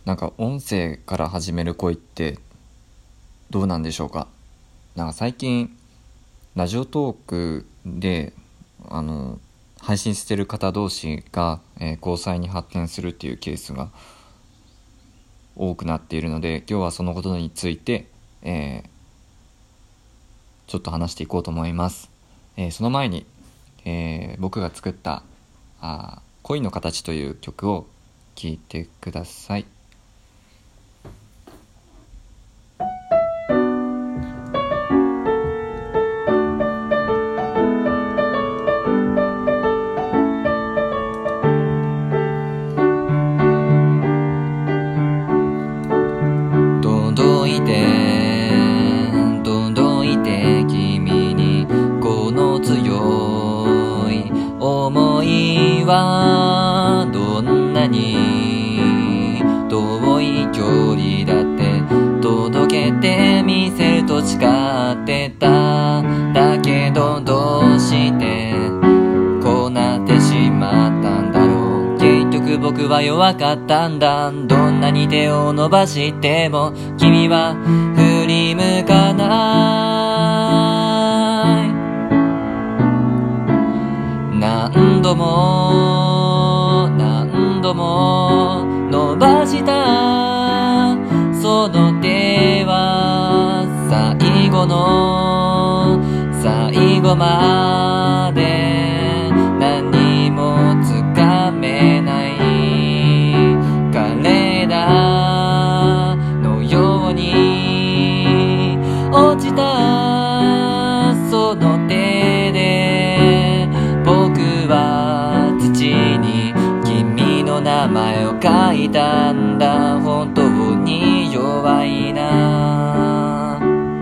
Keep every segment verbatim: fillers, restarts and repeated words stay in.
なんか音声から始める恋ってどうなんでしょうか。なんか最近ラジオトークであの配信してる方同士が、えー交際に発展するっていうケースが多くなっているので、今日はそのことについて、えーちょっと話していこうと思います。えーその前に、えー僕が作ったあ恋の形という曲を聴いてください。届いて届いて君にこの強い思いはどんなに遠い距離だって届けてみせると誓ってた。だけどどうしてこうなってしまったんだろう。結局僕は弱かったんだ。どんなに手を伸ばしても君は振り向かない。何度も何度も伸ばしたその手は最後の最後まで何もつかめない枯れ枝のように落ちたその手で僕は土に君の名前を書いたんだ。本当に弱いな。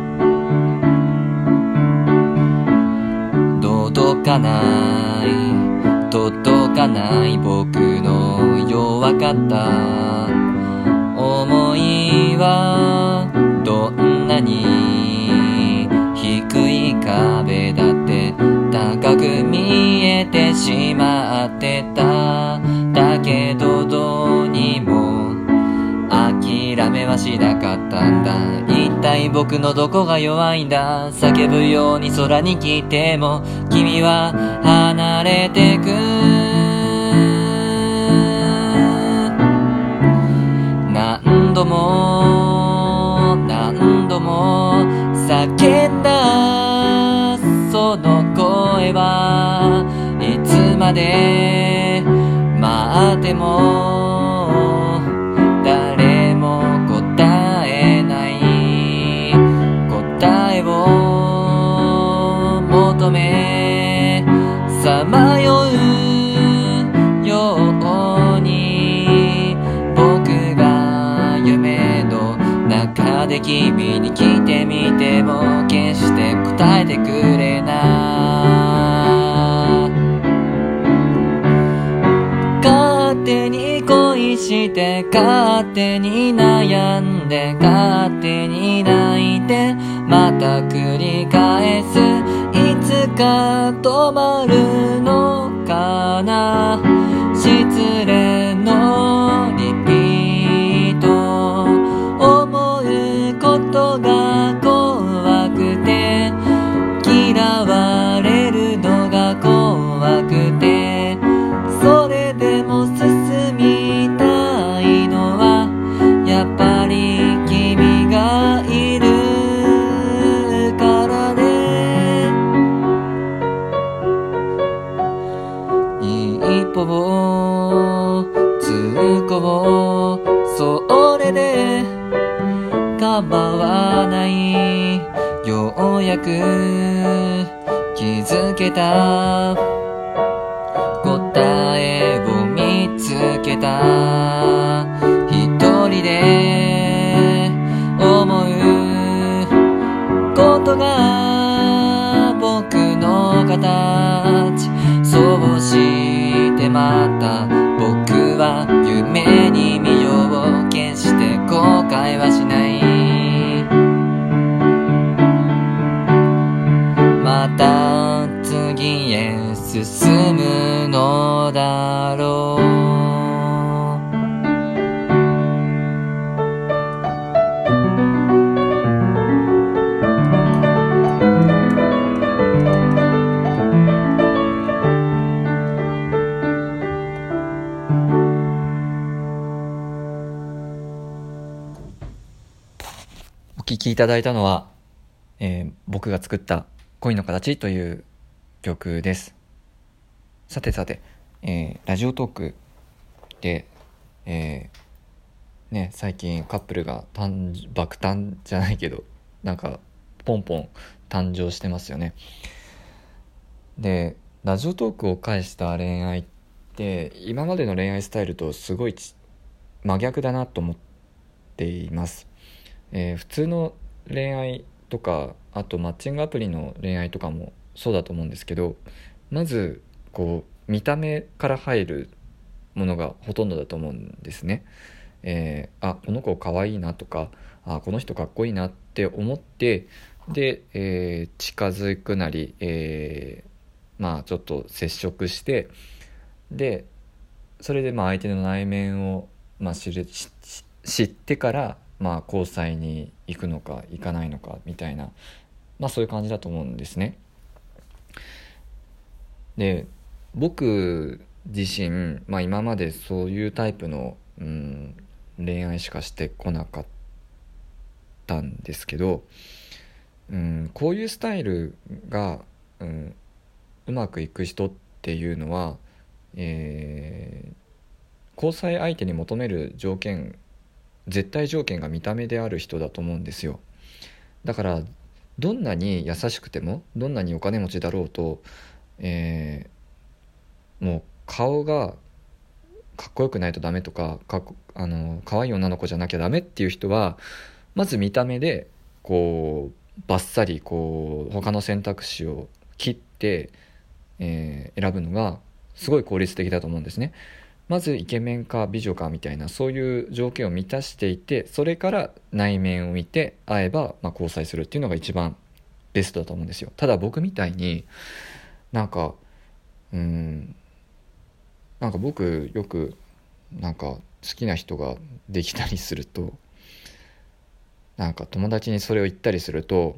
届かない届かない僕の弱かった思いはどんなに低い壁だって高く見えてしまってた。だけどどうにも諦めはしなかったんだ。一体僕のどこが弱いんだ。叫ぶように空に来ても君は離れてく。何度も何度も叫んだその声はいつまで待っても誰も答えない答えを求めさまようように僕が夢の中で君に聞いてみても決して答えてくれない。勝手に恋して勝手に悩んで勝手に泣いてまた繰り返す。いつか止まるのかな。失恋のリピート思うことが怖くて嫌われるのが怖くてそれでも進みたいのはやっぱり君がいるからね。一歩を通行それで構わない。ようやく気づけた答えを見つけた。一人で思うことが僕の形。そうしてまた僕は夢に見よう。決して後悔はしない。また次へ進むのだろう。 きいただいたのは、えー僕が作った恋の形という曲です。さてさて、えーラジオトークで、えーね、最近カップルが誕爆誕じゃないけどなんかポンポン誕生してますよね。でラジオトークを介した恋愛って今までの恋愛スタイルとすごい真逆だなと思っています。えー普通の恋愛とかあとマッチングアプリの恋愛とかもそうだと思うんですけど、まずこう見た目から入るものがほとんどだと思うんですね。えーあこの子かわいいなとか、あこの人かっこいいなって思ってで、えー近づくなり、えーまあちょっと接触してでそれでまあ相手の内面を、まあ、知るし知ってから、まあ、交際に行くのか行かないのかみたいな、まあ、そういう感じだと思うんですね。で僕自身、まあ、今までそういうタイプの、うん、恋愛しかしてこなかったんですけど、うん、こういうスタイルが、うん、うまくいく人っていうのは、えー交際相手に求める条件絶対条件が見た目である人だと思うんですよ。だからどんなに優しくてもどんなにお金持ちだろうと、えーもう顔がかっこよくないとダメとか、かっこあの可愛い女の子じゃなきゃダメっていう人はまず見た目でこうバッサリこう他の選択肢を切って、えー選ぶのがすごい効率的だと思うんですね。まずイケメンか美女かみたいなそういう条件を満たしていて、それから内面を見て会えば、まあ、交際するっていうのが一番ベストだと思うんですよ。ただ僕みたいになんかうーんなんか僕よくなんか好きな人ができたりすると、なんか友達にそれを言ったりすると、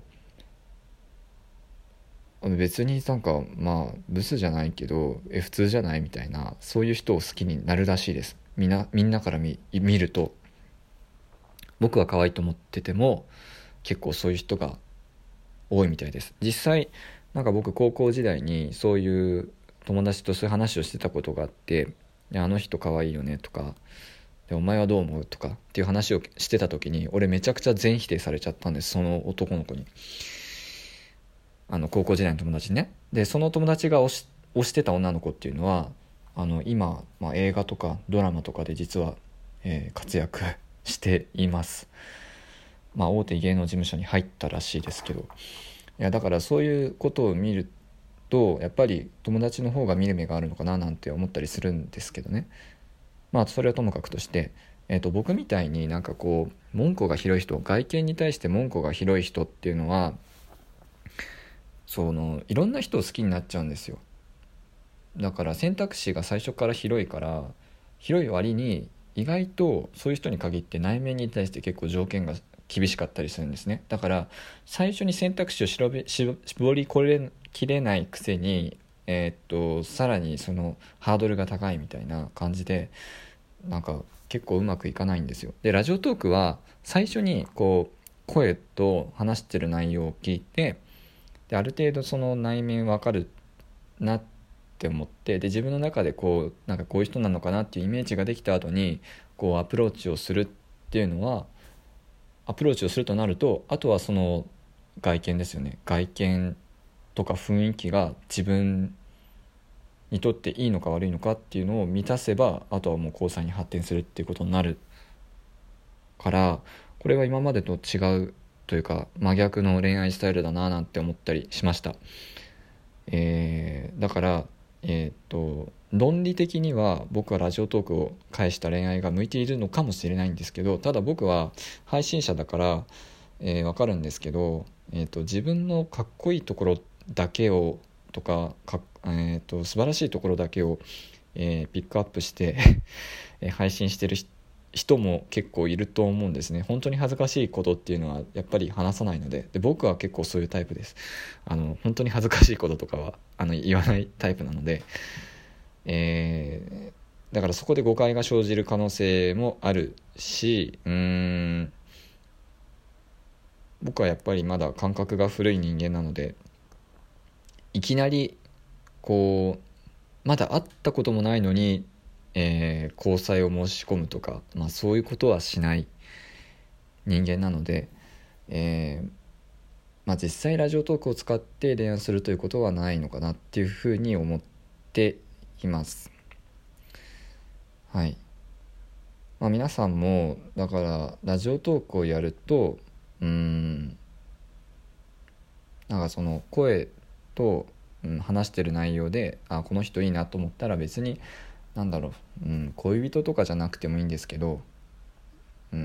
別になんかまあブスじゃないけどえ普通じゃないみたいな、そういう人を好きになるらしいです。みんなみんなから見、見ると僕は可愛いと思ってても結構そういう人が多いみたいです。実際なんか僕高校時代にそういう友達とそういう話をしてたことがあって、であの人可愛いよねとか、でお前はどう思うとかっていう話をしてた時に俺めちゃくちゃ全否定されちゃったんです、その男の子に。あの高校時代の友達にね。でその友達が推し、推してた女の子っていうのはあの今、まあ、映画とかドラマとかで実は、えー活躍しています。まあ大手芸能事務所に入ったらしいですけど、いやだからそういうことを見るとやっぱり友達の方が見る目があるのかななんて思ったりするんですけどね。まあそれはともかくとして、えー、と僕みたいになんかこう門戸が広い人、外見に対して門戸が広い人っていうのはそのいろんな人を好きになっちゃうんですよ。だから選択肢が最初から広いから、広い割に意外とそういう人に限って内面に対して結構条件が厳しかったりするんですね。だから最初に選択肢を絞り絞りこれきれないくせに、えーっとさらにそのハードルが高いみたいな感じでなんか結構うまくいかないんですよ。でラジオトークは最初にこう声と話してる内容を聞いて、である程度その内面わかるなって思って、で自分の中でこうなんかこういう人なのかなっていうイメージができた後にこうアプローチをするっていうのは、アプローチをするとなるとあとはその外見ですよね。外見とか雰囲気が自分にとっていいのか悪いのかっていうのを満たせば、あとはもう交際に発展するっていうことになるから、これは今までと違うというか真逆の恋愛スタイルだななんて思ったりしました。えーだからえーっと論理的には僕はラジオトークを介した恋愛が向いているのかもしれないんですけど、ただ僕は配信者だから、えー、分かるんですけど、えーっと自分のかっこいいところだけをとかか、えーっと素晴らしいところだけを、えーピックアップしてえー配信してる人人も結構いると思うんですね。本当に恥ずかしいことっていうのはやっぱり話さないので、で僕は結構そういうタイプです。あの本当に恥ずかしいこととかはあの言わないタイプなので、えーだからそこで誤解が生じる可能性もあるし、うーん僕はやっぱりまだ感覚が古い人間なので、いきなりこうまだ会ったこともないのに、えー交際を申し込むとか、まあ、そういうことはしない人間なので、えーまあ、実際ラジオトークを使って恋愛するということはないのかなっていうふうに思っています。はい。まあ、皆さんもだからラジオトークをやると、うーんなんかその声と、うん、話してる内容で、あ、この人いいなと思ったら、別になんだろう、うん、恋人とかじゃなくてもいいんですけど、うん、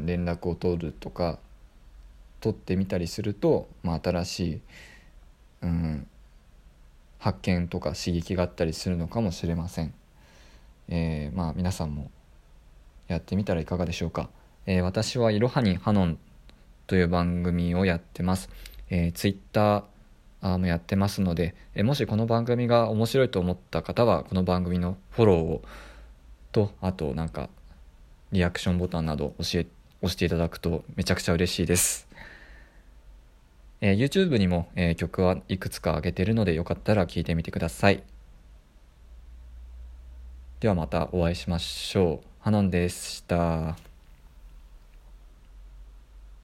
連絡を取るとか取ってみたりすると、まあ、新しい、うん、発見とか刺激があったりするのかもしれません。えーまあ、皆さんもやってみたらいかがでしょうか。えー私はいろはにハノンという番組をやってます。えー、ツイッターもやってますので、えーもしこの番組が面白いと思った方は、この番組のフォローをと、あとなんかリアクションボタンなど教え押していただくとめちゃくちゃ嬉しいです。えー YouTube にも、えー曲はいくつか上げてるので、よかったら聴いてみてください。ではまたお会いしましょう。ハノンでした。